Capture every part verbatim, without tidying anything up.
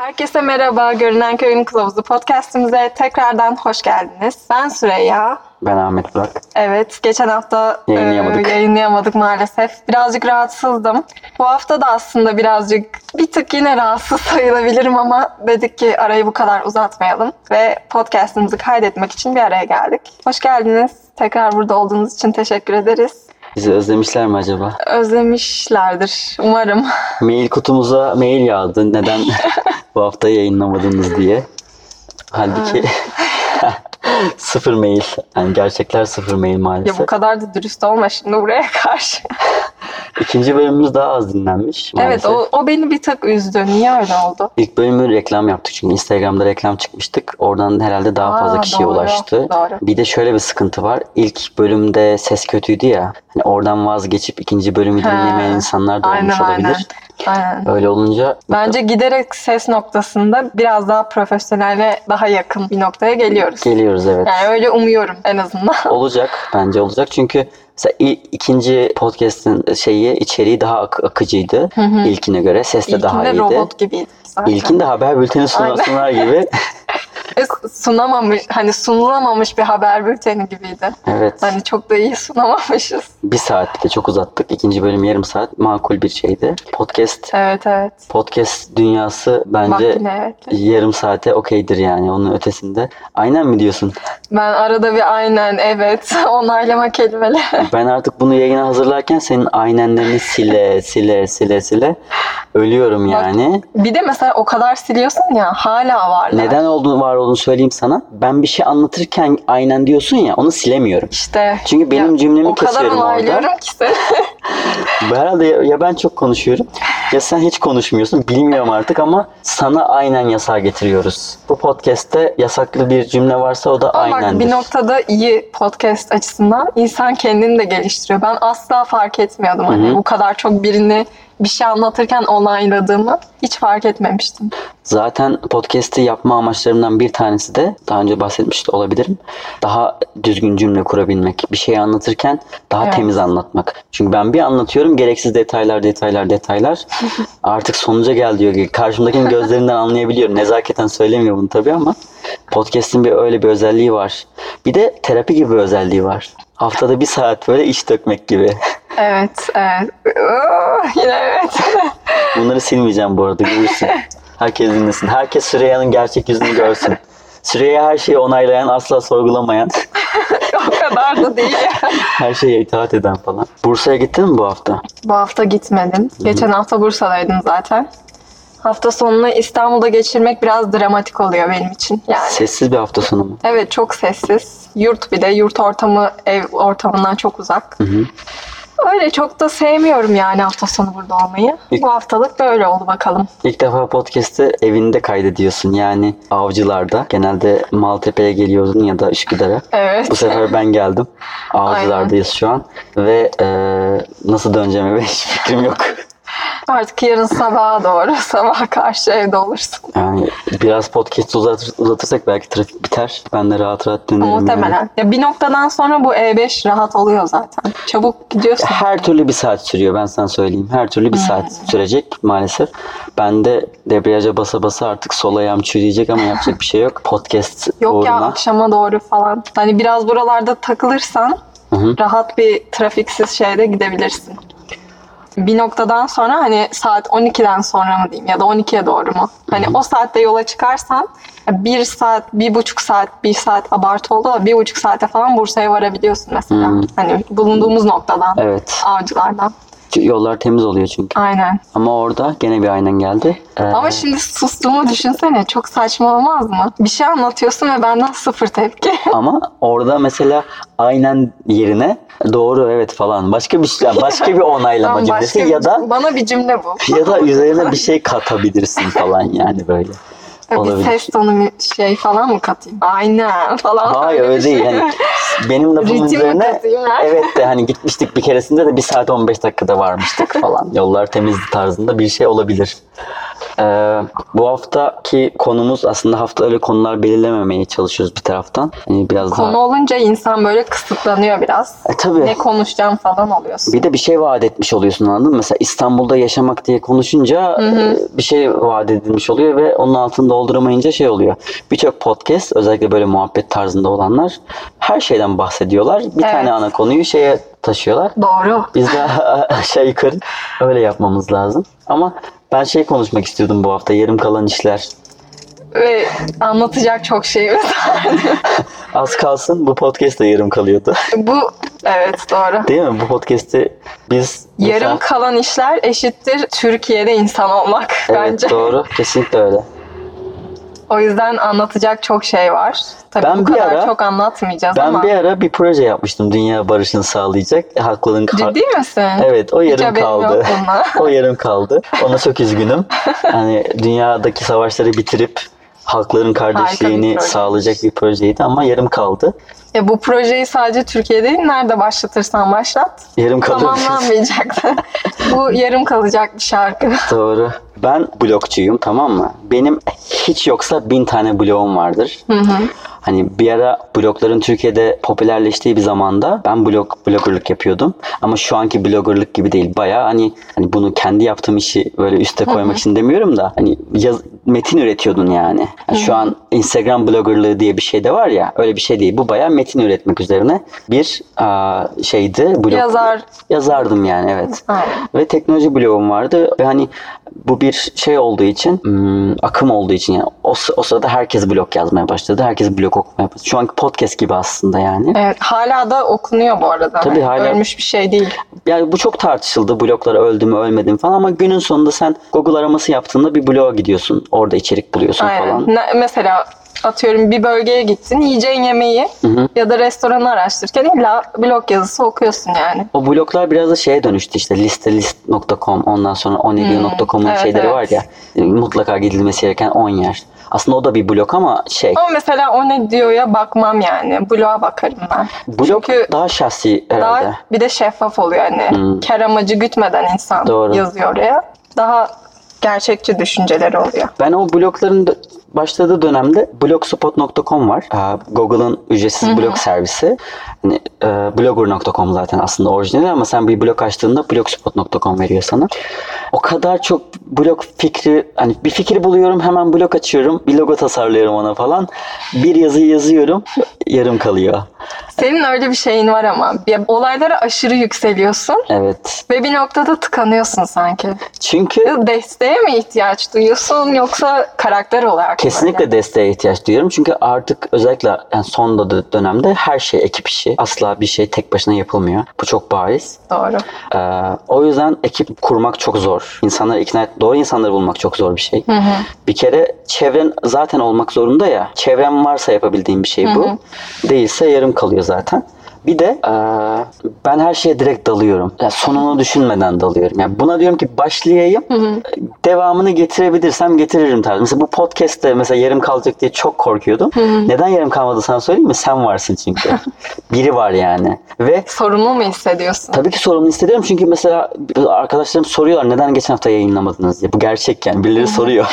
Herkese merhaba, Görünen Köyün Kılavuzu podcastimize tekrardan hoş geldiniz. Ben Süreyya. Ben Ahmet Burak. Evet, geçen hafta yayınlayamadık. E, yayınlayamadık maalesef. Birazcık rahatsızdım. Bu hafta da aslında birazcık bir tık yine rahatsız sayılabilirim ama dedik ki arayı bu kadar uzatmayalım ve podcastimizi kaydetmek için bir araya geldik. Hoş geldiniz. Tekrar burada olduğunuz için teşekkür ederiz. Bizi özlemişler mi acaba? Özlemişlerdir umarım. Mail kutumuza mail yağdı. Neden bu hafta yayınlamadınız diye. Halbuki sıfır mail. Yani gerçekler sıfır mail maalesef. Ya bu kadar da dürüst olma şimdi buraya karşı. İkinci bölümümüz daha az dinlenmiş maalesef. Evet o, o beni bir tık üzdü. Niye öyle oldu? İlk bölümü reklam yaptık çünkü Instagram'da reklam çıkmıştık. Oradan herhalde daha Aa, fazla kişiye doğru, ulaştı. doğru. Bir de şöyle bir sıkıntı var. İlk bölümde ses kötüydü ya. Hani oradan vazgeçip ikinci bölümü He. dinlemeyen insanlar da Aynen, olmuş olabilir. aynen. Aynen. Öyle olunca Bence giderek ses noktasında biraz daha profesyonele daha yakın bir noktaya geliyoruz. geliyoruz evet. Yani öyle umuyorum en azından. Olacak. Bence olacak. Çünkü mesela ilk, ikinci podcast'ın şeyi, içeriği daha ak- akıcıydı. Hı hı. İlkine göre. Ses de daha İlkinde iyiydi. robot gibiydi zaten. İlkinde haber bülteni sunar, Aynen. sunar gibi. E, sunamamış, hani sunulamamış bir haber bülteni gibiydi. Evet. Hani çok da iyi sunamamışız. Bir saatte çok uzattık. İkinci bölüm yarım saat. Makul bir şeydi. Podcast Evet evet. podcast dünyası bence Makine evet. yarım saate okeydir yani. Onun ötesinde. Aynen mi diyorsun? Ben arada bir aynen evet onaylama kelimeleri. Ben artık bunu yayına hazırlarken senin aynenlerini sile sile sile sile ölüyorum yani. Bir de mesela o kadar siliyorsun ya hala varlar. Neden olduğunu var olduğunu söyleyeyim sana. Ben bir şey anlatırken aynen diyorsun ya, onu silemiyorum. İşte. Çünkü benim ya, cümlemi kesiyorum O kadar orada. onaylıyorum ki seni. Herhalde ya, ya ben çok konuşuyorum ya sen hiç konuşmuyorsun. Bilmiyorum artık ama sana aynen yasağı getiriyoruz. Bu podcast'te yasaklı bir cümle varsa o da Ama bak aynendir. bir noktada iyi podcast açısından insan kendini de geliştiriyor. Ben asla fark etmiyordum hani Hı-hı. bu kadar çok birini bir şey anlatırken onayladığımı hiç fark etmemiştim. Zaten podcast'i yapma amaçlarımdan bir tanesi de daha önce bahsetmiş de olabilirim. Daha düzgün cümle kurabilmek. Bir şeyi anlatırken daha Evet. temiz anlatmak. Çünkü ben bir anlatıyorum gereksiz detaylar detaylar detaylar. Artık sonuca gel diyor. Karşımdakinin gözlerinden anlayabiliyorum. Nezaketen söylemiyor bunu tabii ama podcast'in bir öyle bir özelliği var. Bir de terapi gibi bir özelliği var. Haftada bir saat böyle iç dökmek gibi. Evet, evet. Oo, yine evet. Bunları silmeyeceğim bu arada, görürsün. Herkes dinlesin. Herkes Süreyya'nın gerçek yüzünü görsün. Süreyya her şeyi onaylayan, asla sorgulamayan, O kadar da değil. her şeye itaat eden falan. Bursa'ya gittin mi bu hafta? Bu hafta gitmedim. Geçen hafta Bursa'daydım zaten. Hafta sonunu İstanbul'da geçirmek biraz dramatik oluyor benim için. Yani. Sessiz bir hafta sonu mu? Evet çok sessiz. Yurt bir de yurt ortamı ev ortamından çok uzak. Hı hı. Öyle çok da sevmiyorum yani hafta sonu burada olmayı. İlk- Bu haftalık böyle oldu bakalım. İlk defa podcast'ı evinde kaydediyorsun. Yani Avcılar'da. Genelde Maltepe'ye geliyordun ya da Üsküdar'a. Evet. Bu sefer ben geldim. Avcılar'dayız şu an. Ve e, nasıl döneceğim eve hiç fikrim yok. Artık yarın sabaha doğru sabaha karşı evde olursun. Yani biraz podcast uzatır, uzatırsak belki trafik biter. Ben de rahat rahat dönerim. Muhtemelen. Yani. Ya bir noktadan sonra bu E beş rahat oluyor zaten. Çabuk gidiyorsun. Her türlü bir saat sürüyor, ben sana söyleyeyim. Her türlü bir saat sürecek maalesef. Ben de debriyaja basa basa artık sol ayağım çürüyecek ama yapacak bir şey yok. Podcast Yok uğruna. ya akşama doğru falan. Hani biraz buralarda takılırsan Hı hı. rahat bir trafiksiz şeyde gidebilirsin. Bir noktadan sonra hani saat on ikiden sonra mı diyeyim ya da on ikiye doğru mu? Hani o saatte yola çıkarsan bir saat, bir buçuk saat, bir saat abartı oldu da bir buçuk saate falan Bursa'ya varabiliyorsun mesela. Hı. Hani bulunduğumuz noktadan, Evet. Avcılardan. Yollar temiz oluyor çünkü. Aynen. Ama orada gene bir aynen geldi. Ee, Ama şimdi sustuğumu düşünsene. Çok saçma olmaz mı? Bir şey anlatıyorsun ve benden sıfır tepki. ama orada mesela aynen yerine doğru evet falan başka bir şey, başka bir onaylama Tamam, cümlesi başka ya bir- da bana bir cümle bu. ya da üzerine bir şey katabilirsin falan yani böyle. Bir Olabilir. ses tonu bir şey falan mı katayım? Aynen falan. Hayır öyle bir şey. değil. Hani benim lafımın Ritim mi üzerine katayım ha? evet de hani gitmiştik bir keresinde de bir saat on beş dakikada varmıştık falan. Yollar temizdi tarzında bir şey olabilir. Ee, bu haftaki konumuz aslında hafta öyle konular belirlememeye çalışıyoruz bir taraftan. Yani biraz Konu daha... olunca insan böyle kısıtlanıyor biraz. E, tabii. Ne konuşacağım falan oluyorsun. Bir de bir şey vaat etmiş oluyorsun, anladın mı? Mesela İstanbul'da yaşamak diye konuşunca Hı hı. e, bir şey vaat edilmiş oluyor ve onun altını dolduramayınca şey oluyor. Birçok podcast, özellikle böyle muhabbet tarzında olanlar her şeyden bahsediyorlar. Bir Evet. tane ana konuyu şeye taşıyorlar. Doğru. Biz de aşağı yukarı öyle yapmamız lazım. Ama ben şey konuşmak istiyordum bu hafta, yarım kalan işler. Ve anlatacak çok şeyimiz var. Az kalsın bu podcast da yarım kalıyordu. Bu evet doğru. Değil mi? Bu podcast'i biz mesela... Yarım kalan işler eşittir Türkiye'de insan olmak Evet, bence. doğru. Kesinlikle öyle. O yüzden anlatacak çok şey var. Tabii Ben bu bir kadar ara- çok anlatmayacağız Ben ama. bir ara bir proje yapmıştım, dünya barışını sağlayacak. Halkların kar- Ciddi misin? Evet, o Hiç yarım haberim kaldı. yok bundan. O yarım kaldı. Ona çok üzgünüm. Yani dünyadaki savaşları bitirip halkların kardeşliğini proje. sağlayacak bir projeydi ama yarım kaldı. Ya bu projeyi sadece Türkiye'de değil, nerede başlatırsan başlat. Yarım kaldı. Tamamlanmayacaktı. Bu yarım kalacak bir şarkı. Doğru. Ben blogcuyum, tamam mı? Benim hiç yoksa bin tane blogum vardır. Hı hı. Hani bir ara blogların Türkiye'de popülerleştiği bir zamanda ben blog bloggerlık yapıyordum. Ama şu anki bloggerlık gibi değil. Bayağı hani, hani bunu kendi yaptığım işi böyle üste koymak için demiyorum da hani yaz, metin üretiyordun yani. Yani şu an Instagram bloggerlığı diye bir şey de var ya, öyle bir şey değil. Bu bayağı metin üretmek üzerine bir aa, şeydi. Blog, Yazar. Yazardım yani, evet. Ha. Ve teknoloji blogum vardı ve hani bu bir şey olduğu için, hmm, akım olduğu için yani o, o sırada herkes blog yazmaya başladı. Herkes blog okumaya başladı. Şu anki podcast gibi aslında yani. Evet, hala da okunuyor bu arada. Tabii, hala- Ölmüş bir şey değil. Yani bu çok tartışıldı. Bloglar öldü mü ölmedi mi falan ama günün sonunda sen Google araması yaptığında bir bloğa gidiyorsun. Orada içerik buluyorsun Aynen. falan. Ne- mesela atıyorum bir bölgeye gittin, yiyeceğin yemeği hı. ya da restoranı araştırırken illa blog yazısı okuyorsun yani. O bloglar biraz da şeye dönüştü işte, listelist nokta com, ondan sonra onediyor nokta com'un evet, şeyleri evet. var ya, mutlaka gidilmesi gereken on yer. Aslında o da bir blog ama şey, Ama mesela o ne diyor'ya bakmam yani. Blog'a bakarım ben. blog Çünkü daha şahsi herhalde. daha bir de şeffaf oluyor hani. Hmm. Kar amacı gütmeden insan Doğru. yazıyor oraya. Daha gerçekçi düşünceleri oluyor. Ben o blogların da- başladığı dönemde blogspot nokta com var. Aa, Google'ın ücretsiz blog servisi. Hani, e, blogger nokta com zaten aslında orijinali ama sen bir blog açtığında blogspot nokta com veriyor sana. O kadar çok blog fikri, hani bir fikir buluyorum, hemen blog açıyorum, bir logo tasarlıyorum ona falan. Bir yazıyı yazıyorum, yarım kalıyor. Senin öyle bir şeyin var ama. Bir olaylara aşırı yükseliyorsun Evet. ve bir noktada tıkanıyorsun sanki. Çünkü Desteğe mi ihtiyaç duyuyorsun yoksa karakter olarak mı kesinlikle öyle? desteğe ihtiyaç duyuyorum. Çünkü artık özellikle yani son da- dönemde her şey ekip işi. Asla bir şey tek başına yapılmıyor. Bu çok bariz. Doğru. Ee, o yüzden ekip kurmak çok zor. İnsanları ikna et, doğru insanları bulmak çok zor bir şey. Hı hı. Bir kere çevren zaten olmak zorunda ya. Çevren varsa yapabildiğim bir şey bu. Değilse yarım kalıyor zaten. Bir de e, ben her şeye direkt dalıyorum. Yani sonunu düşünmeden dalıyorum. Yani buna diyorum ki başlayayım. Devamını getirebilirsem getiririm tarzı. Mesela bu podcast'te mesela yarım kalacak diye çok korkuyordum. Neden yarım kalmadı sana söyleyeyim mi? Sen varsın çünkü. Biri var yani. Ve Sorumlu mu hissediyorsun? tabii ki sorumlu hissediyorum çünkü mesela arkadaşlarım soruyorlar neden geçen hafta yayınlamadınız diye. Bu gerçek yani, birileri soruyor.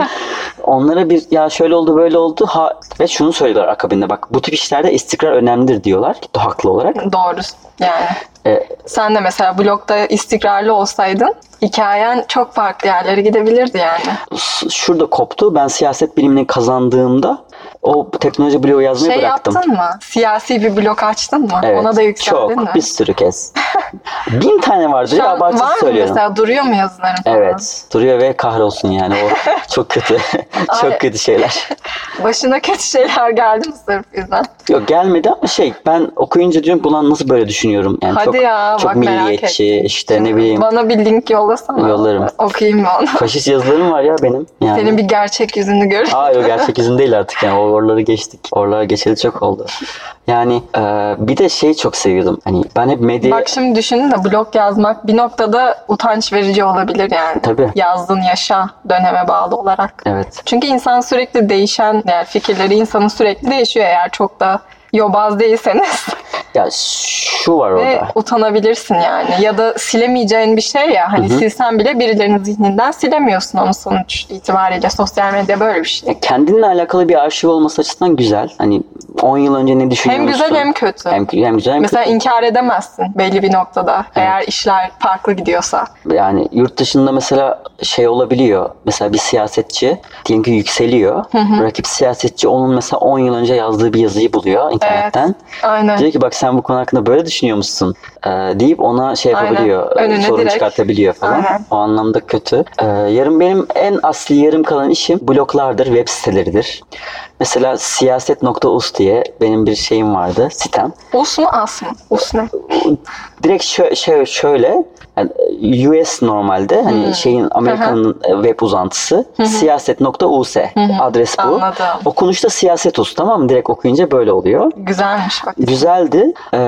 Onlara bir ya şöyle oldu böyle oldu ha ve şunu söylüyorlar akabinde, bak bu tip işlerde istikrar önemlidir diyorlar haklı olarak. Doğru. Yani. Ee, Sen de mesela blogda istikrarlı olsaydın hikayen çok farklı yerlere gidebilirdi yani. s- şurada koptu, ben siyaset bilimini kazandığımda o teknoloji bloğu yazmayı Şey bıraktım. yaptın mı? Siyasi bir blog açtın mı? Evet, Ona da yükseldin çok, mi? bir sürü kez. Bin tane vardır Şu ya, an abartısı var mı söylüyorum. mesela? Duruyor mu yazıların falan? Evet, duruyor ve kahrolsun yani, o çok kötü. Çok Ay. kötü şeyler. Başına kötü şeyler geldi mi sırf yüzden? Yok gelmedi ama şey, ben okuyunca diyorum ulan nasıl böyle düşünüyorum yani. Hadi çok, ya, çok bak merak milliyetçi ettim. işte ne bileyim, Bana bir link yollasana. Yollarım. Okuyayım mı onu? faşist yazılarım var ya benim yani. Senin bir gerçek yüzünü gör. Aa yok, gerçek yüzüm değil artık yani, o oraları geçtik. Oralara geçeli çok oldu. Yani e, bir de şeyi çok seviyordum. Hani ben hep medya... Bak şimdi düşünün de blog yazmak bir noktada utanç verici olabilir yani. Tabii. Yazdığın yaşa döneme bağlı olarak. Evet. Çünkü insan sürekli değişen, yani fikirleri insanın sürekli değişiyor eğer çok da yobaz değilseniz. Ya şu var Ve orada. utanabilirsin yani. Ya da silemeyeceğin bir şey ya. Hani Hı hı. silsen bile birilerinin zihninden silemiyorsun onu sonuç itibariyle. Sosyal medya böyle bir şey. Ya kendinle alakalı bir arşiv olması açısından güzel. Hani on yıl önce ne düşünüyor Hem musun? güzel hem kötü. Hem, hem güzel hem Mesela kötü. inkar edemezsin belli bir noktada. Eğer işler farklı gidiyorsa. Yani yurt dışında mesela şey olabiliyor. Mesela bir siyasetçi diyelim ki yükseliyor. Rakip siyasetçi onun mesela on yıl önce yazdığı bir yazıyı buluyor internetten. Aynen. Diyor ki bak sen bu konu hakkında böyle düşünüyor musun? Ee, deyip ona şey Aynen. yapabiliyor. Önüne sorun direkt. çıkartabiliyor falan. Aynen. O anlamda kötü. Ee, yarın benim en asli yarım kalan işim bloglardır, web siteleridir. Mesela siyaset nokta us diye benim bir şeyim vardı, sitem. Us mu as mı? Us ne? Direkt şö- şö- şöyle yani U S normalde hani şeyin Amerika'nın web uzantısı siyaset nokta u s adres bu. Anladım. Okunuşta siyaset us, tamam mı? Direkt okuyunca böyle oluyor. Güzelmiş bak. Güzeldi. Ee,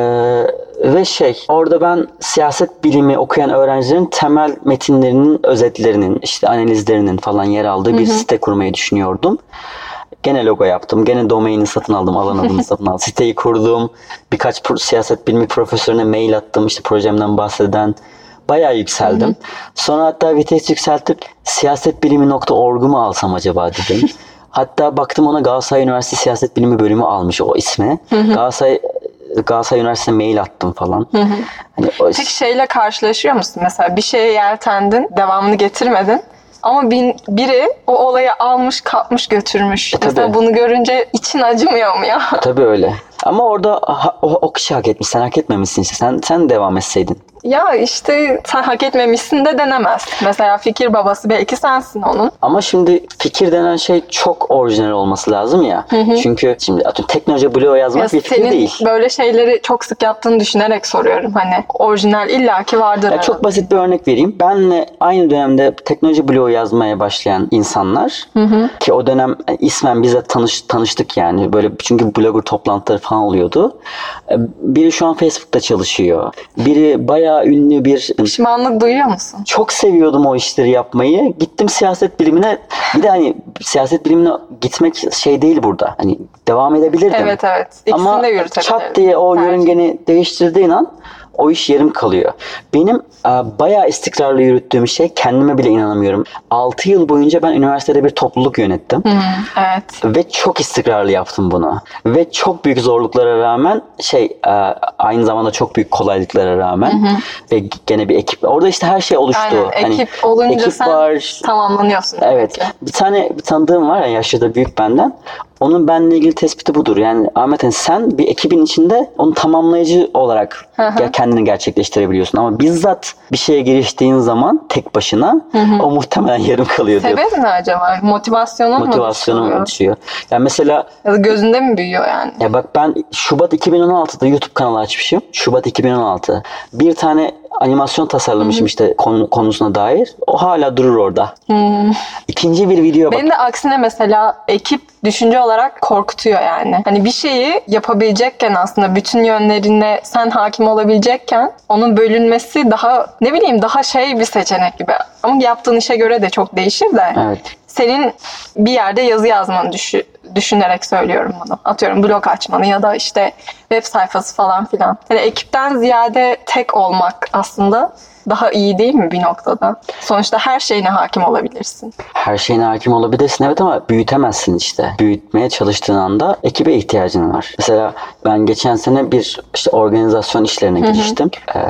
ve şey orada ben siyaset bilimi okuyan öğrencilerin temel metinlerinin özetlerinin işte analizlerinin falan yer aldığı bir site kurmayı düşünüyordum. Gene logo yaptım. Gene domaini satın aldım. Alan adını satın aldım. Siteyi kurdum. Birkaç pro- siyaset bilimi profesörüne mail attım. İşte projemden bahseden. Bayağı yükseldim. Sonra hatta vites yükseltip siyasetbilimi nokta org'u mu alsam acaba dedim. Hatta baktım ona Galatasaray Üniversitesi Siyaset Bilimi bölümü almış o ismi. Galatasaray Galatasaray Üniversitesi'ne mail attım falan. Hani o, Peki şeyle karşılaşıyor musun? Mesela bir şeye yeltendin, devamını getirmedin. Ama bir, biri o olayı almış, kapmış, götürmüş. E, Mesela tabii. bunu görünce için acımıyor mu ya? tabii öyle. Ama orada ha- o, o kişi hak etmiş. Sen hak etmemişsin işte. Sen, sen devam etseydin. Ya işte sen hak etmemişsin de denemez. Mesela fikir babası belki sensin onun. Ama şimdi fikir denen şey çok orijinal olması lazım ya. Çünkü şimdi atıyorum teknoloji bloğu yazmak Ya bir fikir senin değil. böyle şeyleri çok sık yaptığını düşünerek soruyorum. Hani orijinal illaki vardır. Ya çok basit bir örnek vereyim. Benle aynı dönemde teknoloji bloğu yazmaya başlayan insanlar ki o dönem ismen bize tanış, tanıştık yani. Böyle çünkü blogger toplantıları falan oluyordu. Biri şu an Facebook'ta çalışıyor. Biri bayağı ünlü bir... Pişmanlık duyuyor musun? Çok seviyordum o işleri yapmayı. Gittim siyaset bilimine. Bir de hani siyaset bilimine gitmek şey değil burada. Hani devam edebilirdim. Evet evet. İkisini Ama de yürütebilirim. çat diye o Tercih. yörüngeni değiştirdiğin an o iş yarım kalıyor. Benim e, bayağı istikrarlı yürüttüğüm şey, kendime bile inanamıyorum. altı yıl boyunca ben üniversitede bir topluluk yönettim. Hı, evet. Ve çok istikrarlı yaptım bunu. Ve çok büyük zorluklara rağmen şey e, aynı zamanda çok büyük kolaylıklara rağmen ve gene bir ekip. Orada işte her şey oluştu. Aynen. Hani Ekip olunca ekip sen var. tamamlanıyorsun. Evet. Ki. Bir tane bir tanıdığım var ya, yaşlı da büyük benden. Onun benimle ilgili tespiti budur. Yani Ahmet hani sen bir ekibin içinde onu tamamlayıcı olarak hı. kendini gerçekleştirebiliyorsun. Ama bizzat bir şeye giriştiğin zaman tek başına o muhtemelen yarım kalıyor diyor. Sebep ne acaba? Motivasyonun mu Motivasyonum düşüyor? düşüyor. Yani mesela Ya da gözünde mi büyüyor yani? ya bak ben Şubat iki bin on altıda YouTube kanalı açmışım. Şubat iki bin on altı. Bir tane animasyon tasarlamışım işte konu, konusuna dair. O hala durur orada. Hmm. İkinci bir video bak. Benim de aksine mesela ekip düşünce olarak korkutuyor yani. Hani bir şeyi yapabilecekken aslında bütün yönlerine sen hakim olabilecekken onun bölünmesi daha ne bileyim daha şey bir seçenek gibi. Ama yaptığın işe göre de çok değişir de. Evet. Senin bir yerde yazı yazmanı düşü- düşünerek söylüyorum bunu. Atıyorum blog açmanı ya da işte web sayfası falan filan. Yani ekipten ziyade tek olmak aslında daha iyi değil mi bir noktada? Sonuçta her şeyine hakim olabilirsin. Her şeyine hakim olabilirsin evet ama büyütemezsin işte. Büyütmeye çalıştığın anda ekibe ihtiyacın var. Mesela ben geçen sene bir işte organizasyon işlerine giriştim. Ee,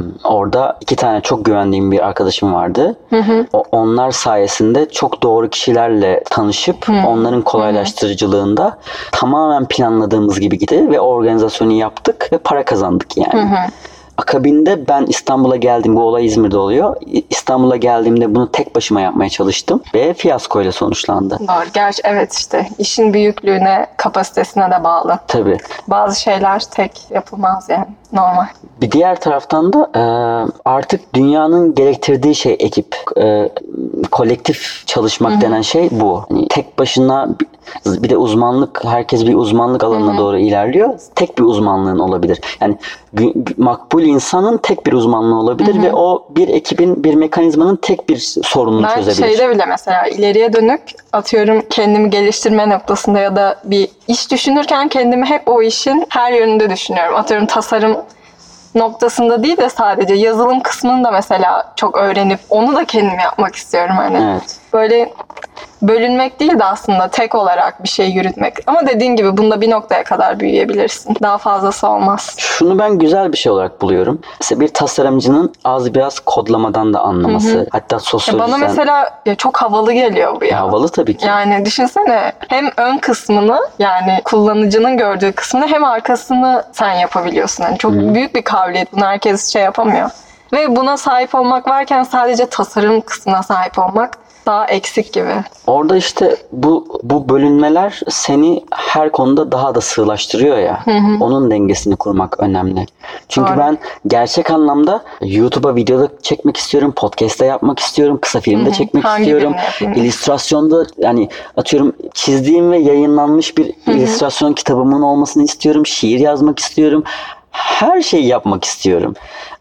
orada iki tane çok güvendiğim bir arkadaşım vardı. O, onlar sayesinde çok doğru kişilerle tanışıp onların kolaylaştırıcılığında tamamen planladığımız gibi gitti ve organizasyonu yaptık ve para kazandık yani. Akabinde ben İstanbul'a geldim. Bu olay İzmir'de oluyor. İstanbul'a geldiğimde bunu tek başıma yapmaya çalıştım. Ve fiyaskoyla sonuçlandı. Doğru. Gerçi evet işte işin büyüklüğüne, kapasitesine de bağlı. Tabii. Bazı şeyler tek yapılmaz yani. Normal. Bir diğer taraftan da e, artık dünyanın gerektirdiği şey ekip. E, kolektif çalışmak denen şey bu. Hani tek başına Bir de uzmanlık, herkes bir uzmanlık alanına Hı hı. doğru ilerliyor. Tek bir uzmanlığın olabilir. Yani gü- makbul insanın tek bir uzmanlığı olabilir Hı hı. ve o bir ekibin, bir mekanizmanın tek bir sorununu Ben çözebilir. şeyde bile mesela ileriye dönük atıyorum kendimi geliştirme noktasında ya da bir iş düşünürken kendimi hep o işin her yönünde düşünüyorum. Atıyorum tasarım noktasında değil de sadece yazılım kısmını da mesela çok öğrenip onu da kendim yapmak istiyorum hani. Evet. Böyle bölünmek değil de aslında tek olarak bir şey yürütmek. Ama dediğin gibi bunda bir noktaya kadar büyüyebilirsin. Daha fazlası olmaz. Şunu ben güzel bir şey olarak buluyorum. Mesela bir tasarımcının az biraz kodlamadan da anlaması. Hı hı. Hatta Ya sosyolojiden. bana mesela ya çok havalı geliyor bu ya. Havalı tabii ki. Yani düşünsene hem ön kısmını yani kullanıcının gördüğü kısmını hem arkasını sen yapabiliyorsun. Yani çok Hı. büyük bir kabiliyet. Bunu herkes şey yapamıyor. Ve buna sahip olmak varken sadece tasarım kısmına sahip olmak daha eksik gibi. Orada işte bu bu bölünmeler seni her konuda daha da sığlaştırıyor ya. Onun dengesini kurmak önemli. Çünkü Doğru. ben gerçek anlamda YouTube'a videoda çekmek istiyorum, podcast'te yapmak istiyorum, kısa filmde Hı hı. çekmek Hangi istiyorum. birini yapayım? İllüstrasyonda yani atıyorum çizdiğim ve yayınlanmış bir illüstrasyon kitabımın olmasını istiyorum. Şiir yazmak istiyorum. Her şeyi yapmak istiyorum.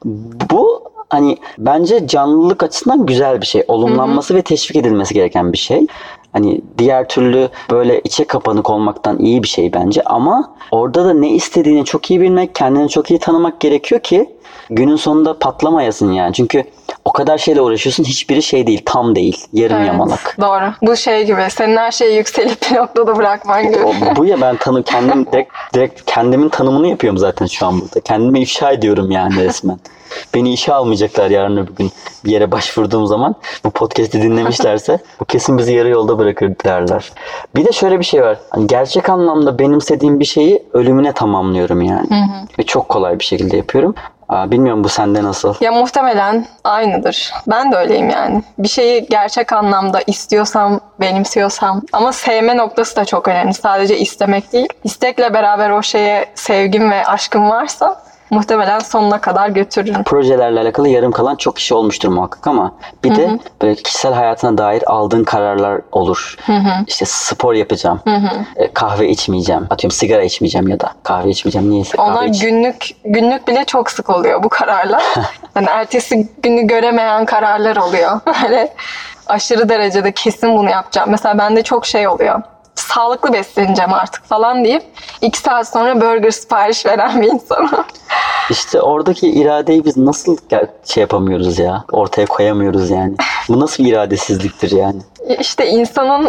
Bu hani bence canlılık açısından güzel bir şey. Olumlanması ve teşvik edilmesi gereken bir şey. Hani diğer türlü böyle içe kapanık olmaktan iyi bir şey bence ama orada da ne istediğini çok iyi bilmek, kendini çok iyi tanımak gerekiyor ki günün sonunda patlamayasın yani. Çünkü o kadar şeyle uğraşıyorsun, hiçbiri şey değil, tam değil, yarım Evet, yamalak. doğru. Bu şey gibi senin her şeyi yükselip bir noktada bırakman gibi. O, bu ya ben tanı kendim direkt, direkt kendimin tanımını yapıyorum zaten şu an burada. Kendimi ifşa ediyorum yani resmen. Beni işe almayacaklar yarın öbür gün bir yere başvurduğum zaman. Bu podcast'i dinlemişlerse bu kesin bizi yarı yolda bırakır derler. Bir de şöyle bir şey var. Hani gerçek anlamda benimsediğim bir şeyi ölümüne tamamlıyorum yani. Ve çok kolay bir şekilde yapıyorum. Aa, bilmiyorum bu sende nasıl? Ya muhtemelen aynıdır. Ben de öyleyim yani. Bir şeyi gerçek anlamda istiyorsam, benimsiyorsam ama sevme noktası da çok önemli. Sadece istemek değil. İstekle beraber o şeye sevgim ve aşkım varsa muhtemelen sonuna kadar götürürüm. Projelerle alakalı yarım kalan çok kişi olmuştur muhakkak ama bir de böyle kişisel hayatına dair aldığın kararlar olur. İşte spor yapacağım, e, kahve içmeyeceğim, atıyorum sigara içmeyeceğim ya da kahve içmeyeceğim. Niyeyse kahve Onlar iç. günlük günlük bile çok sık oluyor bu kararlar. Yani ertesi günü göremeyen kararlar oluyor. Böyle aşırı derecede kesin bunu yapacağım. Mesela bende çok şey oluyor. Sağlıklı besleneceğim artık falan deyip iki saat sonra burger sipariş veren bir insanım. İşte oradaki iradeyi biz nasıl ger- şey yapamıyoruz ya, ortaya koyamıyoruz yani. Bu nasıl bir iradesizliktir yani? İşte insanın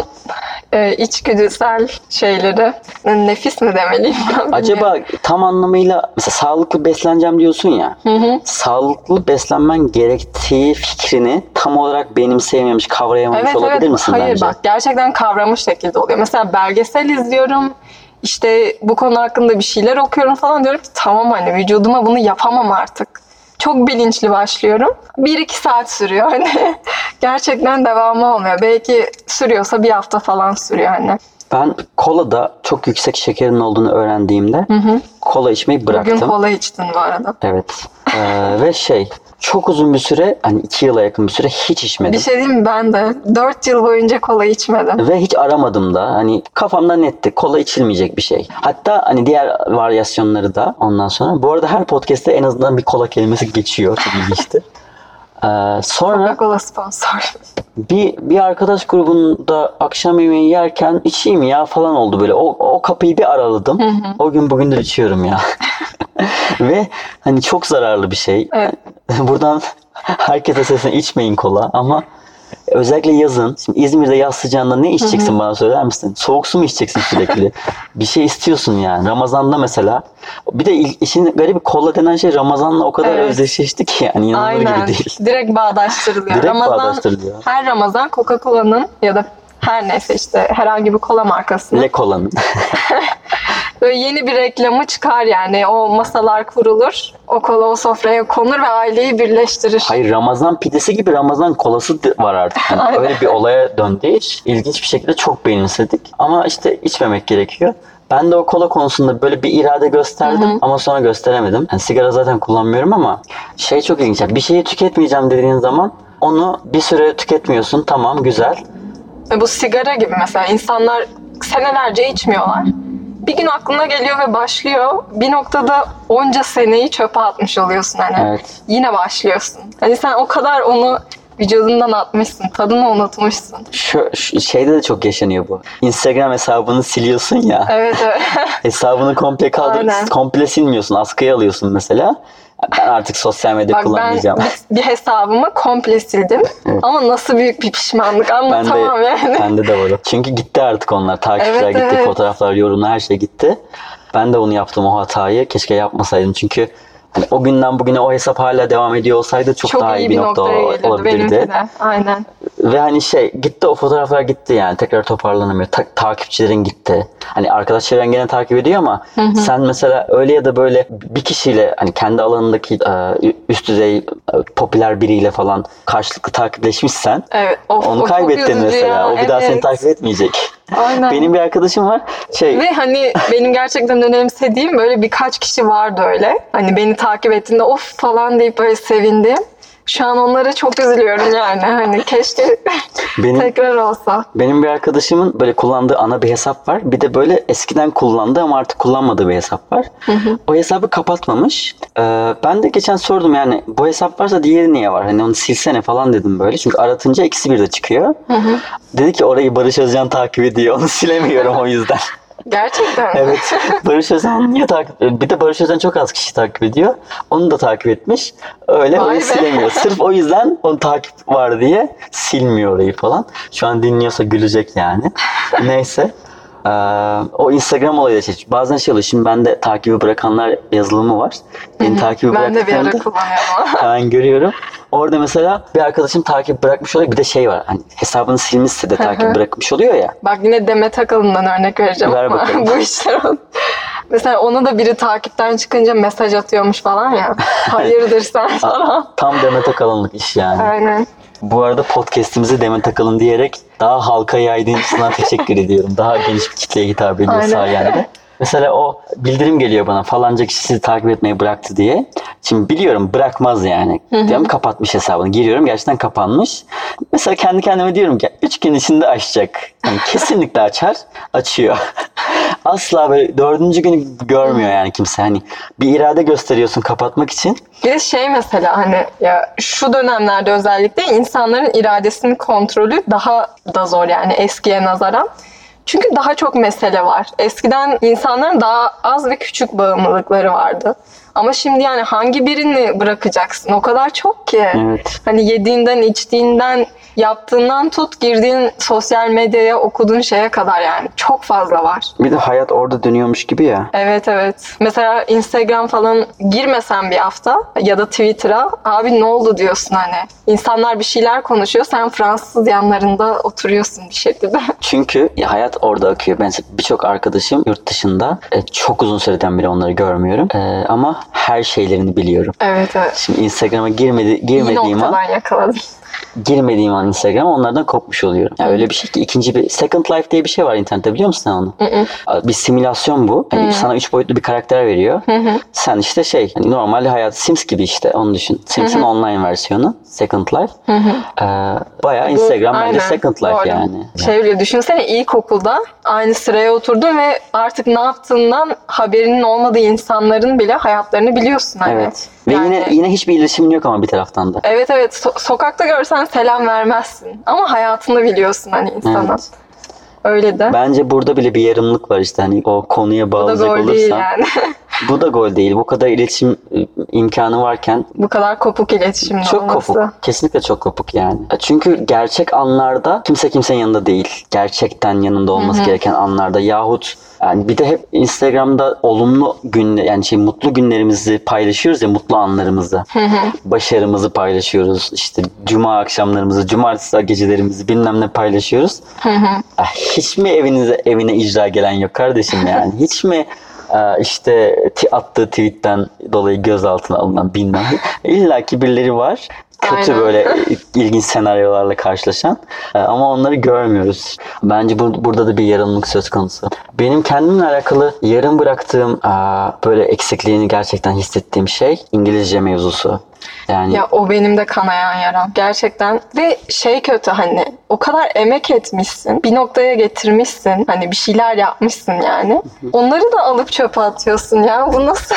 e, içgüdüsel şeyleri nefis mi demeliyim? ben Acaba bilmiyorum. tam anlamıyla mesela sağlıklı besleneceğim diyorsun ya. Sağlıklı beslenmen gerektiği fikrini tam olarak benimseyememiş, kavrayamamış Evet olabilir evet. misin Hayır bence? bak gerçekten kavramış şekilde oluyor. Mesela belgesel izliyorum. İşte bu konu hakkında bir şeyler okuyorum falan diyorum ki tamam hani vücuduma bunu yapamam artık. Çok bilinçli başlıyorum. Bir iki saat sürüyor hani. Gerçekten devamı olmuyor. Belki sürüyorsa bir hafta falan sürüyor hani. Ben kolada çok yüksek şekerin olduğunu öğrendiğimde kola içmeyi bıraktım. Bugün kola içtin bu arada. Evet. Ee, ve şey çok uzun bir süre hani iki yıla yakın bir süre hiç içmedim. Bir şey diyeyim mi? Ben de dört yıl boyunca kola içmedim. Ve hiç aramadım da hani kafamda netti kola içilmeyecek bir şey. Hatta hani diğer varyasyonları da ondan sonra. Bu arada her podcast'te en azından bir kola kelimesi geçiyor. Çok ilginçti. Ee, sonra Coca-Cola sponsor. bir bir arkadaş grubunda akşam yemeği yerken içeyim ya falan oldu böyle. O, o kapıyı bir araladım. O gün bugündür içiyorum ya. Ve hani çok zararlı bir şey. Evet. Buradan herkese seslen içmeyin kola ama özellikle yazın. Şimdi İzmir'de yaz sıcağında ne içeceksin bana söyler misin? Soğuk su mu içeceksin sürekli? Bir şey istiyorsun yani. Ramazan'da mesela. Bir de il- işin garibi kola denen şey Ramazan'la o kadar Evet. özdeşleşti ki yani inanılır Aynen. gibi değil. Direkt bağdaştırılıyor. Direkt Ramazan, bağdaştırılıyor. her Ramazan Coca-Cola'nın ya da her neyse işte herhangi bir kola markasının Le kolanın. böyle yeni bir reklamı çıkar yani. O masalar kurulur. O kola o sofraya konur ve aileyi birleştirir. Hayır Ramazan pidesi gibi Ramazan kolası d- var artık. Yani Aynen. öyle bir olaya döndü iş. İlginç bir şekilde çok benimsedik. Ama işte içmemek gerekiyor. Ben de o kola konusunda böyle bir irade gösterdim ama sonra gösteremedim. Yani sigara zaten kullanmıyorum ama şey çok ilginç. Yani bir şeyi tüketmeyeceğim dediğin zaman onu bir süre tüketmiyorsun. Tamam güzel. Ve bu sigara gibi mesela insanlar senelerce içmiyorlar. Bir gün aklına geliyor ve başlıyor. Bir noktada onca seneyi çöpe atmış oluyorsun hani. Evet. Yine başlıyorsun. Hani sen o kadar onu vücudundan atmışsın, tadını unutmuşsun. Şu, şu şeyde de çok yaşanıyor bu. Instagram hesabını siliyorsun ya. Evet evet. Hesabını komple kaldır, Aynen. komple silmiyorsun. Askıya alıyorsun mesela. Ben artık sosyal medya Bak ben kullanmayacağım. bir, bir hesabımı komple sildim. Evet. Ama nasıl büyük bir pişmanlık Ben anlatamam de, yani. bende de var o. Çünkü gitti artık onlar. Takipçiler Evet, gitti, evet. fotoğraflar, yorumlar her şey gitti. Ben de onu yaptım, o hatayı. Keşke yapmasaydım. Çünkü hani o günden bugüne o hesap hala devam ediyor olsaydı çok, Çok daha iyi iyi bir bir nokta noktaya ol- gelirdi olabilirdi. benimki de. Aynen. Ve hani şey gitti, o fotoğraflar gitti yani. Tekrar toparlanamıyor. Ta- takipçilerin gitti. Hani arkadaş çevren gene takip ediyor ama sen mesela öyle ya da böyle bir kişiyle hani kendi alanındaki e, üst düzey e, popüler biriyle falan karşılıklı takipleşmişsen Evet. Of, onu o çok kaybettin üzücü mesela. ya, O bir daha seni evet. takip etmeyecek. Aynen. Benim bir arkadaşım var. Şey Ve hani benim gerçekten önemsediğim böyle birkaç kişi vardı öyle. Hani beni takip ettiğinde of falan deyip böyle sevindim. Şu an onlara çok üzülüyorum yani. Hani keşke benim tekrar olsa. benim bir arkadaşımın böyle kullandığı ana bir hesap var. Bir de böyle eskiden kullandığı ama artık kullanmadığı bir hesap var. O hesabı kapatmamış. Ee, ben de geçen sordum yani bu hesap varsa diğeri niye var? Hani onu silsene falan dedim böyle. Çünkü aratınca ikisi bir de çıkıyor. Dedi ki orayı Barış Özcan takip ediyor. Onu silemiyorum o yüzden. Gerçekten mi? Evet. Barış Özcan niye takip Bir de Barış Özcan çok az kişi takip ediyor. Onu da takip etmiş. Öyle Vay onu be. silemiyor. Sırf o yüzden onu takip var diye silmiyor orayı falan. Şu an dinliyorsa gülecek yani. Neyse. Ee, o Instagram olayı da şey. Bazen şey oluyor. Şimdi bende takibi bırakanlar yazılımı var. Beni takibi Ben de bir ara bıraktıklarında kullanıyorum. hemen görüyorum. Orada mesela bir arkadaşım takip bırakmış oluyor. Bir de şey var. Hani hesabını silmişse de takip bırakmış oluyor ya. Bak yine Demet Akalın'dan örnek vereceğim. Ver ama bakalım. Bu işler on- Mesela ona da biri takipten çıkınca mesaj atıyormuş falan ya. Hayırdır sen falan. Tam Demet Akalınlık iş yani. Aynen. Bu arada podcast'imizi Demet Akalın diyerek daha halka yaydığın için sana teşekkür ediyorum. Daha geniş bir kitleye hitap ediyor Aynen. sayende. Mesela o bildirim geliyor bana falanca kişi sizi takip etmeyi bıraktı diye. Şimdi biliyorum bırakmaz yani. Diyorum kapatmış hesabını. Giriyorum gerçekten kapanmış. Mesela kendi kendime diyorum ki üç gün içinde açacak. Yani kesinlikle açar. Açıyor. Asla böyle dördüncü günü görmüyor yani kimse. Hani bir irade gösteriyorsun kapatmak için. Bir de şey mesela hani ya şu dönemlerde özellikle insanların iradesinin kontrolü daha da zor yani eskiye nazaran. Çünkü daha çok mesele var. Eskiden insanların daha az ve küçük bağımlılıkları vardı. Ama şimdi yani hangi birini bırakacaksın? O kadar çok ki. Evet. Hani yediğinden, içtiğinden, yaptığından tut, girdiğin sosyal medyaya, okuduğun şeye kadar yani. Çok fazla var. Bir de hayat orada dönüyormuş gibi ya. Evet evet. Mesela Instagram falan girmesen bir hafta ya da Twitter'a abi ne oldu diyorsun hani. İnsanlar bir şeyler konuşuyor. Sen Fransız yanlarında oturuyorsun bir şekilde. Çünkü ya hayat orada akıyor. Ben birçok arkadaşım yurt dışında. E, çok uzun süreden beri onları görmüyorum. E, ama her şeylerini biliyorum. Evet evet. Şimdi Instagram'a girmedi, İyi girmediğim an, noktadan yakaladım. girmediğim an Instagram'a onlardan kopmuş oluyorum. Yani öyle bir şey ki ikinci bir Second Life diye bir şey var internette, biliyor musun sen onu? Bir simülasyon bu. Hani sana üç boyutlu bir karakter veriyor. Sen işte şey hani normal hayat Sims gibi işte onu düşün. Sims'in online versiyonu Second Life. Ee, bayağı Instagram bence Aynen, Second Life doğru. yani. Şey bile düşünsene ilkokulda aynı sıraya oturdun ve artık ne yaptığından haberinin olmadığı insanların bile hayatlarını biliyorsun hani. Evet. Ve Yani- yine yine hiçbir iletişimin yok ama bir taraftan da. Evet evet so- sokakta görsen selam vermezsin ama hayatını biliyorsun hani insanın. Evet. Öyle de. Bence burada bile bir yarımlık var işte hani o konuya Bu da bağlayacak gol olursan. değil yani. Bu da gol değil. Bu kadar iletişim e, imkanı varken Bu kadar kopuk iletişimin çok olması. kopuk. Kesinlikle çok kopuk yani. Çünkü gerçek anlarda kimse kimsenin yanında değil. Gerçekten yanında olması gereken anlarda yahut yani bir de hep Instagram'da olumlu gün yani şey mutlu günlerimizi paylaşıyoruz ya, mutlu anlarımızı. Başarımızı paylaşıyoruz. İşte cuma akşamlarımızı, cumartesi gecelerimizi bilmem ne paylaşıyoruz. Ah, Hiç mi evinize evine icra gelen yok kardeşim yani? Hiç mi e, işte ti- attığı tweetten dolayı gözaltına alınan bilmem ne? İlla ki birileri var. Kötü Aynen. böyle ilginç senaryolarla karşılaşan. E, ama onları görmüyoruz. Bence bur- burada da bir yarımlık söz konusu. Benim kendimle alakalı yarım bıraktığım e, böyle eksikliğini gerçekten hissettiğim şey İngilizce mevzusu. Yani Ya o benim de kanayan yaram. Gerçekten. Ve şey kötü hani o kadar emek etmişsin. Bir noktaya getirmişsin. Hani bir şeyler yapmışsın yani. Onları da alıp çöpe atıyorsun ya. Bu nasıl?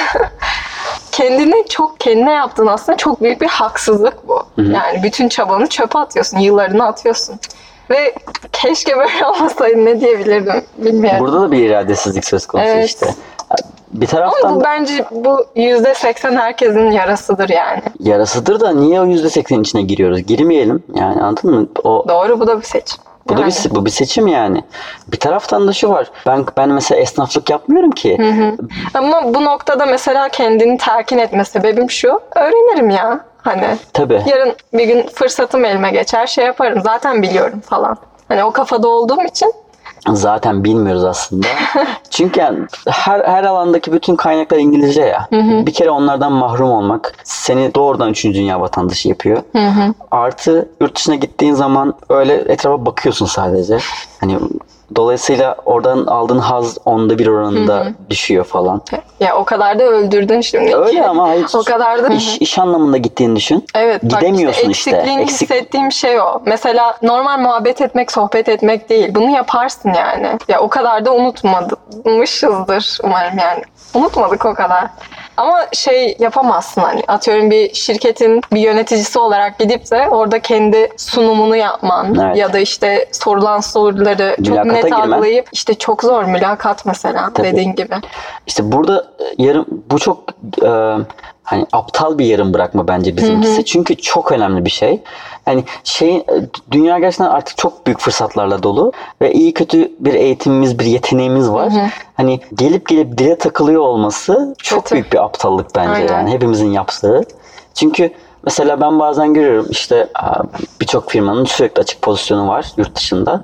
Kendine çok kendine yaptığın aslında çok büyük bir haksızlık bu. Hı hı. Yani bütün çabanı çöpe atıyorsun. Yıllarını atıyorsun. Ve keşke böyle olmasaydı ne diyebilirdim bilmiyorum. burada da bir iradesizlik söz konusu Evet. işte. Bir Ama taraftan bu da bence bu yüzde seksen herkesin yarasıdır yani. yarasıdır da niye o yüzde seksenin içine giriyoruz? Girmeyelim yani, anladın mı? O Doğru, bu da bir seçim. Bu da Yani. bir, bu bir seçim yani. Bir taraftan da şu var. Ben ben mesela esnaflık yapmıyorum ki. Hı hı. Ama bu noktada mesela kendini telkin etme sebebim şu. Öğrenirim ya. Hani Tabii. yarın bir gün fırsatım elime geçer şey yaparım. Zaten biliyorum falan. Hani o kafada olduğum için. Zaten bilmiyoruz aslında. Çünkü yani her her alandaki bütün kaynaklar İngilizce ya. Bir kere onlardan mahrum olmak seni doğrudan üçüncü dünya vatandaşı yapıyor. Hı hı. Artı yurt dışına gittiğin zaman öyle etrafa bakıyorsun sadece. Hani dolayısıyla oradan aldığın haz onda bir oranında düşüyor falan. Ya o kadar da öldürdün şimdi. Öyle ama hayır. O kadar da. İş, iş anlamında gittiğini düşün. Evet, bak Gidemiyorsun işte. işte. Eksikliğini Eksik- hissettiğim şey o. Mesela normal muhabbet etmek, sohbet etmek değil. Bunu yaparsın yani. Ya o kadar da unutmamışızdır umarım yani. Unutmadık o kadar. Ama şey yapamazsın hani atıyorum bir şirketin bir yöneticisi olarak gidip de orada kendi sunumunu yapman Evet. ya da işte sorulan soruları çok Mülakata net girmen. algılayıp işte çok zor mülakat mesela Tabii. dediğin gibi. İşte burada yarım bu çok e, hani aptal bir yarım bırakma bence bizimkisi. Çünkü çok önemli bir şey. Hani şey dünya gerçekten artık çok büyük fırsatlarla dolu ve iyi kötü bir eğitimimiz, bir yeteneğimiz var. Hani gelip gelip dile takılıyor olması çok Kötü. büyük bir aptallık bence. Aynen. Yani hepimizin yaptığı. Çünkü mesela ben bazen görüyorum işte birçok firmanın sürekli açık pozisyonu var yurt dışında.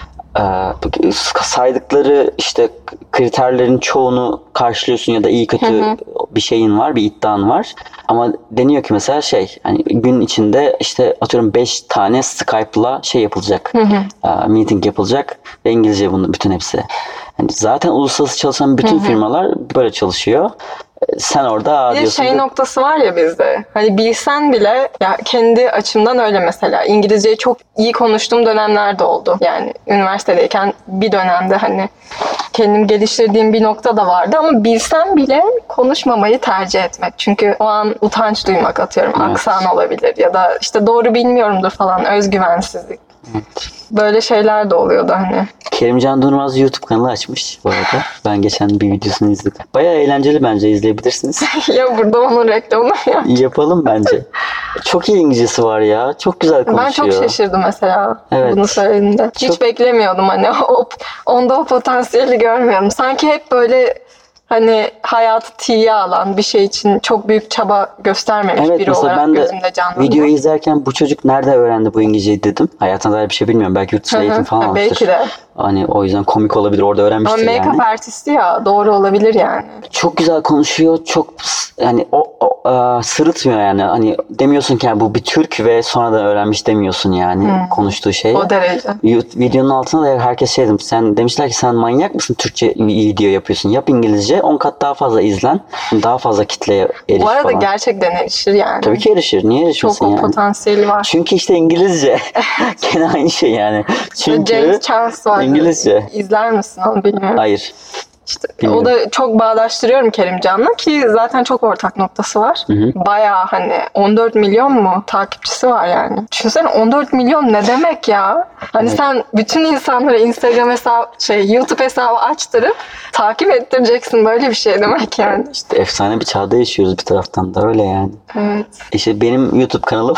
Ee, saydıkları işte kriterlerin çoğunu karşılıyorsun ya da iyi kötü Hı hı. bir şeyin var, bir iddian var. Ama deniyor ki mesela şey hani gün içinde işte atıyorum beş tane Skype'la şey yapılacak. Hı hı. e, meeting yapılacak ve İngilizce bunun bütün hepsi. Yani zaten uluslararası çalışan bütün firmalar böyle çalışıyor. E, Sen orada "Aa," Bir de diyorsun şey ki, noktası var ya bizde. Hani bilsen bile ya kendi açımdan öyle mesela. İngilizceyi çok iyi konuştuğum dönemler de oldu. Yani üniversitedeyken bir dönemde hani kendim geliştirdiğim bir nokta da vardı ama bilsem bile konuşmamayı tercih etmek. Çünkü o an utanç duymak atıyorum. Evet. Aksan olabilir ya da işte doğru bilmiyorumdur falan. Özgüvensizlik. Evet. Böyle şeyler de oluyordu hani. Kerimcan Durmaz YouTube kanalı açmış bu arada. Ben geçen bir videosunu izledim. Bayağı eğlenceli, bence izleyebilirsiniz. Ya burada onun reklamını ya. Yapalım bence. Çok iyi İngilizcesi var ya. Çok güzel konuşuyor. Ben çok şaşırdım mesela Evet. bunu söylediğinde. Hiç Çok- beklemiyordum hani o, onda o potansiyeli görmüyorum. Sanki hep böyle hani hayatı tiye alan bir şey için çok büyük çaba göstermemiş Evet, biri mesela olarak ben de gözümde canlanıyor. videoyu izlerken bu çocuk nerede öğrendi bu İngilizceyi dedim. Hayatına dair bir şey bilmiyorum. Belki yurt dışı Hı hı. eğitim falan Ha, almıştır. belki de. Hani o yüzden komik olabilir. Orada Ama öğrenmiştir make-up yani. artisti ya doğru olabilir yani. Çok güzel konuşuyor. Çok yani o, o e, sırıtmıyor yani. Hani demiyorsun ki yani bu bir Türk ve sonradan öğrenmiş demiyorsun yani konuştuğu şeyi. O derece. Yu- Videonun altına da herkes şey demiş. Sen demişler ki sen manyak mısın, Türkçe video yapıyorsun. Yap İngilizce, on kat daha fazla izlen. Daha fazla kitleye eriş Bu arada falan. gerçekten erişir yani. Tabii ki erişir. Niye erişmesin Çok o yani? potansiyeli var. Çünkü işte İngilizce. Gene aynı şey yani. Çünkü James Charles var. İngilizce. İzler misin onu bilmiyorum. Hayır. İşte Bilmiyorum. o da çok bağdaştırıyorum Kerimcan'la ki zaten çok ortak noktası var. Bayağı hani on dört milyon mu takipçisi var yani. Düşünsene on dört milyon ne demek ya? Hani Evet. sen bütün insanlara Instagram hesabı, şey YouTube hesabı açtırıp takip ettireceksin, böyle bir şey demek yani. İşte efsane bir çağda yaşıyoruz bir taraftan da, öyle yani. Evet. İşte benim YouTube kanalım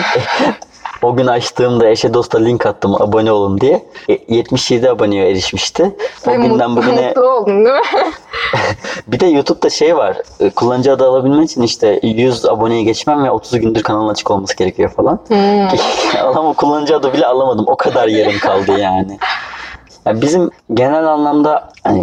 o gün açtığımda eşe dosta link attım abone olun diye. E, yetmiş yedi aboneye erişmişti. O Ve günden mutlu, bugüne mutlu oldun değil mi? bir de YouTube'da şey var. e, Kullanıcı adı alabilmen için işte yüz aboneyi geçmem ve otuz gündür kanalın açık olması gerekiyor falan. Ama kullanıcı adı bile alamadım. O kadar yarım kaldı yani. Yani bizim genel anlamda hani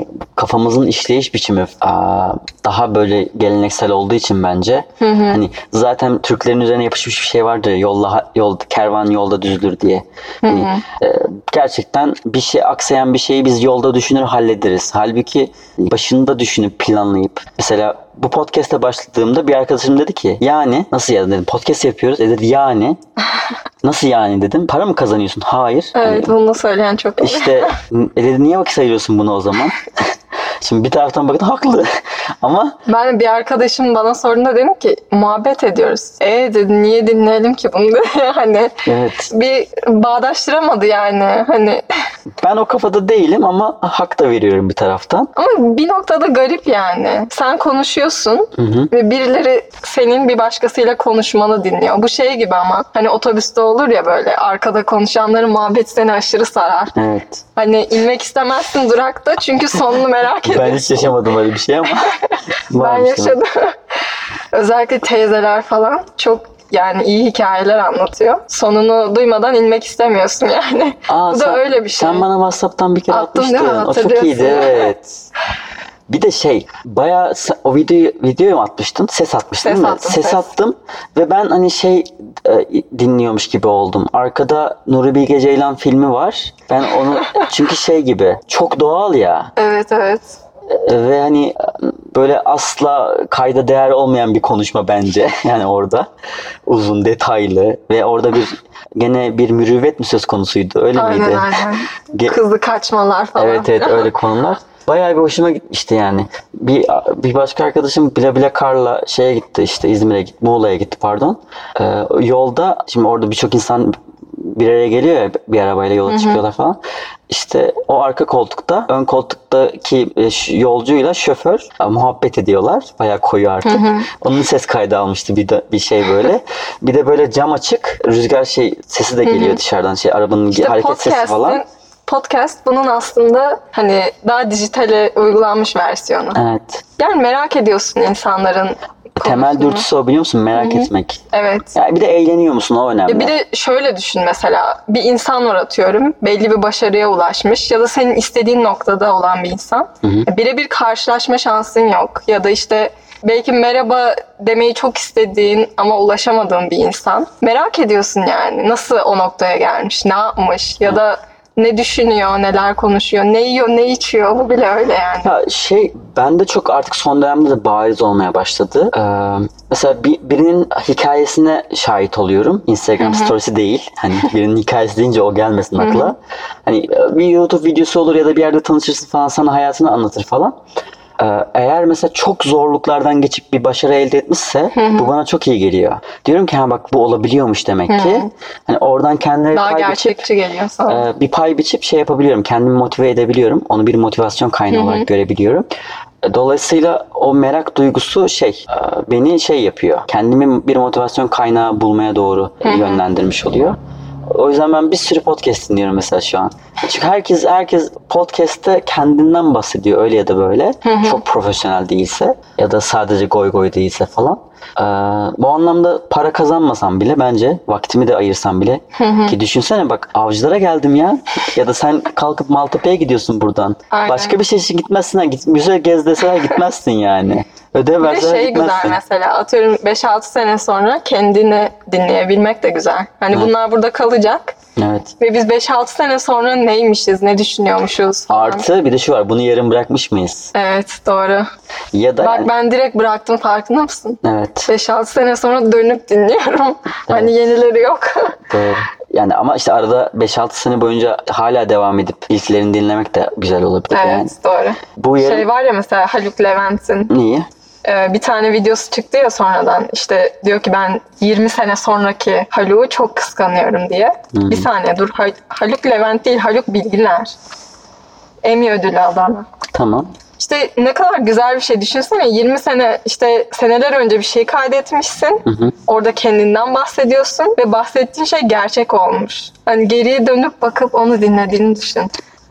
kafamızın işleyiş biçimi aa, daha böyle geleneksel olduğu için bence Hı hı. hani zaten Türklerin üzerine yapışmış bir şey vardır ya, yolla yol kervan yolda düzülür diye. Hani, e, gerçekten bir şey aksayan bir şeyi biz yolda düşünür hallederiz. Halbuki başında düşünüp planlayıp mesela bu podcast'e başladığımda bir arkadaşım dedi ki yani nasıl ya dedim, podcast yapıyoruz. E dedi yani nasıl yani dedim. Para mı kazanıyorsun? Hayır. Evet, Hani, bunu söyleyen çok iyi. işte e dedi niye vakit ayırıyorsun buna o zaman? Şimdi bir taraftan bakın haklı ama Ben bir arkadaşım bana sorduğunda dedim ki muhabbet ediyoruz. E dedi niye dinleyelim ki bunu dedi. Hani evet, bir bağdaştıramadı yani. Hani ben o kafada değilim ama hak da veriyorum bir taraftan. ama bir noktada garip yani. Sen konuşuyorsun Hı hı. ve birileri senin bir başkasıyla konuşmanı dinliyor. Bu şey gibi ama hani otobüste olur ya böyle arkada konuşanların muhabbeti seni aşırı sarar. Evet. Hani inmek istemezsin durakta çünkü sonunu merak ediyorsun. Ben hiç yaşamadım öyle bir şey ama Ben varmış yaşadım. Özellikle teyzeler falan çok yani iyi hikayeler anlatıyor. Sonunu duymadan inmek istemiyorsun yani. Aa, Bu sen, da öyle bir şey. Sen bana WhatsApp'tan bir kere Attım değil mi? atmıştın. O çok Hatırlıyorsun. iyiydi, evet. Bir de şey, bayağı sa- o videoyu videoyu mu atmıştın? Ses atmıştın Ses değil mi? attım, ses, ses. attım ve ben hani şey e, dinliyormuş gibi oldum. Arkada Nuri Bilge Ceylan filmi var. Ben onu çünkü şey gibi çok doğal ya. Evet evet. E, ve hani böyle asla kayda değer olmayan bir konuşma bence. Yani orada uzun, detaylı ve orada bir gene bir mürüvvet mi söz konusuydu? Öyle Aynen miydi? aynen. Ge- Kızlı kaçmalar falan. Evet evet öyle konular. Bayağı bir hoşuma gitmişti yani. Bir bir başka arkadaşım bile bile karla şeye gitti işte İzmir'e gitti, Muğla'ya gitti pardon. Ee, yolda şimdi orada birçok insan bir araya geliyor ya bir arabayla yola çıkıyorlar falan. İşte o arka koltukta, ön koltuktaki e, ş- yolcuyla şoför e, muhabbet ediyorlar. Bayağı koyu artık. Onun ses kaydı almıştı bir de, bir şey böyle. Bir de böyle cam açık, rüzgar şey sesi de geliyor dışarıdan şey arabanın İşte hareket sesi falan. podcast'in- Podcast bunun aslında hani daha dijitale uygulanmış versiyonu. Evet. Yani merak ediyorsun insanların Temel konusunu. dürtüsü o biliyor musun? Merak etmek. Evet. Yani bir de eğleniyor musun? O önemli. Ya bir de şöyle düşün mesela bir insan var atıyorum belli bir başarıya ulaşmış ya da senin istediğin noktada olan bir insan. Birebir karşılaşma şansın yok ya da işte belki merhaba demeyi çok istediğin ama ulaşamadığın bir insan. Merak ediyorsun yani nasıl o noktaya gelmiş, ne yapmış ya da ne düşünüyor, neler konuşuyor, ne yiyor, ne içiyor bu bile öyle yani. Ya şey bende çok artık son dönemde de bariz olmaya başladı. Ee, mesela bir, birinin hikayesine şahit oluyorum. Instagram storiesi değil. Hani birinin hikayesi deyince o gelmesin akla. Hani bir YouTube videosu olur ya da bir yerde tanışırsın falan sana hayatını anlatır falan. Ee, eğer mesela çok zorluklardan geçip bir başarı elde etmişse bu bana çok iyi geliyor. Diyorum ki ha bak bu olabiliyormuş demek ki. Hani oradan kendine Daha pay biçip gerçekçi geliyor sana. e, bir pay biçip şey yapabiliyorum. Kendimi motive edebiliyorum. Onu bir motivasyon kaynağı olarak görebiliyorum. E, Dolayısıyla o merak duygusu şey e, beni şey yapıyor. Kendimi bir motivasyon kaynağı bulmaya doğru yönlendirmiş oluyor. O yüzden ben bir sürü podcast dinliyorum mesela şu an. Çünkü herkes herkes podcast'te kendinden bahsediyor öyle ya da böyle. Çok profesyonel değilse ya da sadece goy goy değilse falan. Ee, bu anlamda para kazanmasam bile bence vaktimi de ayırsam bile ki düşünsene bak avcılara geldim ya ya da sen kalkıp Maltepe'ye gidiyorsun buradan. Aynen. Başka bir şey için gitmezsin ha. Git, müze gez deseler gitmezsin yani. Ödev Bir de verseler şey gitmezsin. güzel mesela atıyorum beş altı sene sonra kendini dinleyebilmek de güzel. Hani bunlar burada kalacak Evet. ve biz beş altı sene sonra neymişiz, ne düşünüyormuşuz falan. Artı bir de şu var bunu yarım bırakmış mıyız? Evet doğru. Ya da Bak yani- ben direkt bıraktım farkında mısın? evet. beş altı sene sonra dönüp dinliyorum. Hani yenileri yok. Doğru. Yani ama işte arada beş altı sene boyunca hala devam edip ilklerini dinlemek de güzel olabilir yani. Evet doğru. Bu yarım Şey var ya mesela Haluk Levent'in niye? e, bir tane videosu çıktı ya sonradan. İşte diyor ki ben yirmi sene sonraki Haluk'u çok kıskanıyorum diye. Bir saniye dur Hal- Haluk Levent değil Haluk Bilginer. Emmy ödülü adamı. Tamam. İşte ne kadar güzel bir şey düşünsene yirmi sene işte seneler önce bir şey kaydetmişsin. Orada kendinden bahsediyorsun ve bahsettiğin şey gerçek olmuş. Hani geriye dönüp bakıp onu dinlediğini düşün.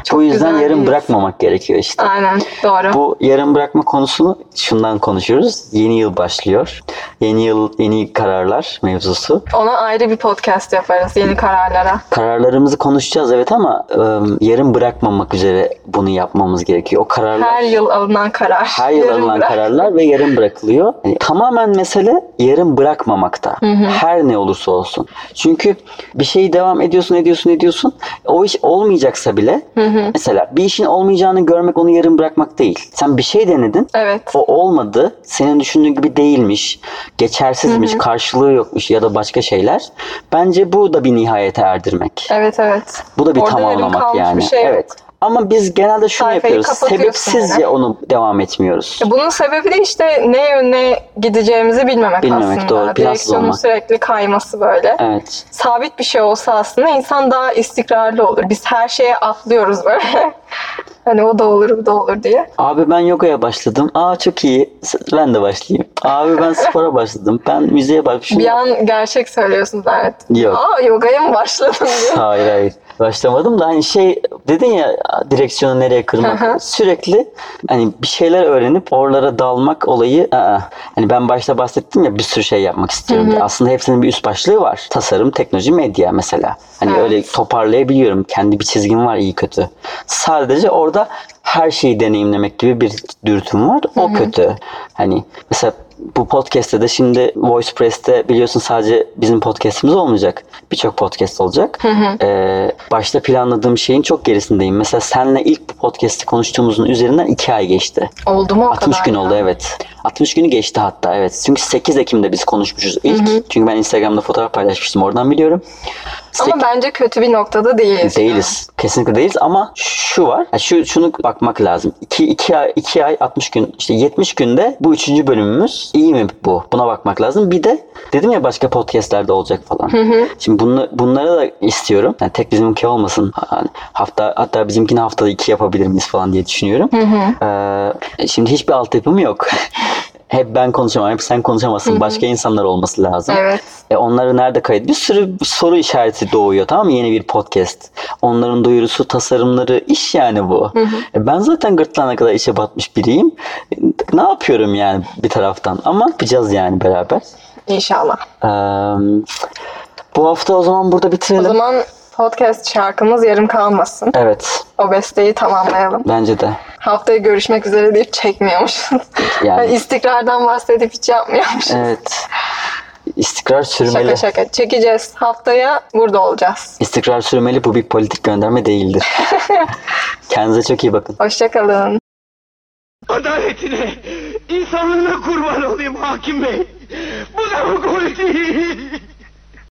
Çok Bu yüzden güzel yarım bir- bırakmamak gerekiyor işte. Aynen, doğru. Bu yarım bırakma konusunu şundan konuşuyoruz. Yeni yıl başlıyor. Yeni yıl, yeni kararlar mevzusu. Ona ayrı bir podcast yaparız yeni kararlara. Kararlarımızı konuşacağız evet ama ıı, yarım bırakmamak üzere bunu yapmamız gerekiyor. O kararlar Her yıl alınan karar. her yıl Yarım alınan bırak. kararlar ve yarım bırakılıyor. Yani tamamen mesele yarım bırakmamakta. Her ne olursa olsun. Çünkü bir şeyi devam ediyorsun, ediyorsun, ediyorsun. O iş olmayacaksa bile mesela bir işin olmayacağını görmek onu yarım bırakmak değil. Sen bir şey denedin. Evet. O olmadı. Senin düşündüğün gibi değilmiş. Geçersizmiş, karşılığı yokmuş ya da başka şeyler. Bence bu da bir nihayete erdirmek. Evet evet. Bu da bir Orada yarım tamamlamak kalmış yani. bir şey yok. Evet. Ama biz genelde şunu Sayfayı yapıyoruz. kapatıyorsun Sebepsizce yine. onu devam etmiyoruz. Bunun sebebi de işte ne yöne gideceğimizi bilmemek, Bilmemek, aslında. doğru. Plansız Direksiyonun olmak. sürekli kayması böyle. Evet. Sabit bir şey olsa aslında insan daha istikrarlı olur. Biz her şeye atlıyoruz böyle. Hani o da olur, bu da olur diye. Abi ben yogaya başladım. Aa çok iyi. Ben de başlayayım. Abi ben spora başladım. Ben müziğe başladım. Bir an gerçek söylüyorsun zannettim. Yok. Aa yogaya mı başladın diye. Hayır hayır. Başlamadım da hani şey dedin ya direksiyonu nereye kırmak. Hı hı. Sürekli hani bir şeyler öğrenip oralara dalmak olayı aa, hani ben başta bahsettim ya bir sürü şey yapmak istiyorum diye. Aslında hepsinin bir üst başlığı var. Tasarım, teknoloji, medya mesela. Hani Evet. öyle toparlayabiliyorum. Kendi bir çizgim var iyi kötü. Sadece orada her şeyi deneyimlemek gibi bir dürtüm var. O kötü. Hani mesela bu podcast'te de şimdi VoicePress'te biliyorsun sadece bizim podcast'imiz olmayacak. Birçok podcast olacak. Ee, başta planladığım şeyin çok gerisindeyim. Mesela seninle ilk bu podcast'i konuştuğumuzun üzerinden iki ay geçti. Oldu mu o altmış kadar gün ya? oldu evet. altmış günü geçti hatta evet. Çünkü sekiz Ekim'de biz konuşmuşuz ilk. Çünkü ben Instagram'da fotoğraf paylaşmıştım oradan biliyorum. Ama bence kötü bir noktada değiliz. Değiliz. Kesinlikle değiliz ama şu var. Yani şu şunu bakmak lazım. iki, iki ay iki ay altmış gün işte yetmiş günde bu üçüncü bölümümüz iyi mi bu? Buna bakmak lazım. Bir de dedim ya başka podcastlerde olacak falan. Şimdi bunu, bunları da istiyorum. Yani tek bizimki olmasın. Hani hafta hatta bizimkini haftada iki yapabilir miyiz falan diye düşünüyorum. Ee, şimdi hiçbir altyapım yok. Hep ben konuşamam, hep sen konuşamazsın. Başka insanlar olması lazım. Evet. E onları nerede kayıt? Bir sürü soru işareti doğuyor tamam mı? Yeni bir podcast. Onların duyurusu, tasarımları, iş yani bu. E ben zaten gırtlağına kadar işe batmış biriyim. E, ne yapıyorum yani bir taraftan? Ama yapacağız yani beraber. İnşallah. Ee, bu hafta o zaman burada O bitirelim. zaman podcast şarkımız yarım kalmasın. Evet, O besteyi tamamlayalım. bence de. Haftaya görüşmek üzere deyip çekmiyormuşuz. Yani İstikrardan bahsedip hiç yapmıyormuşuz. evet. İstikrar sürmeli. Şaka şaka. Çekeceğiz. Haftaya burada olacağız. İstikrar sürmeli bu bir politik gönderme değildir. Kendinize çok iyi bakın. Hoşçakalın. Adaletine, insanlığına kurban olayım hakim bey. Bu da mı politik?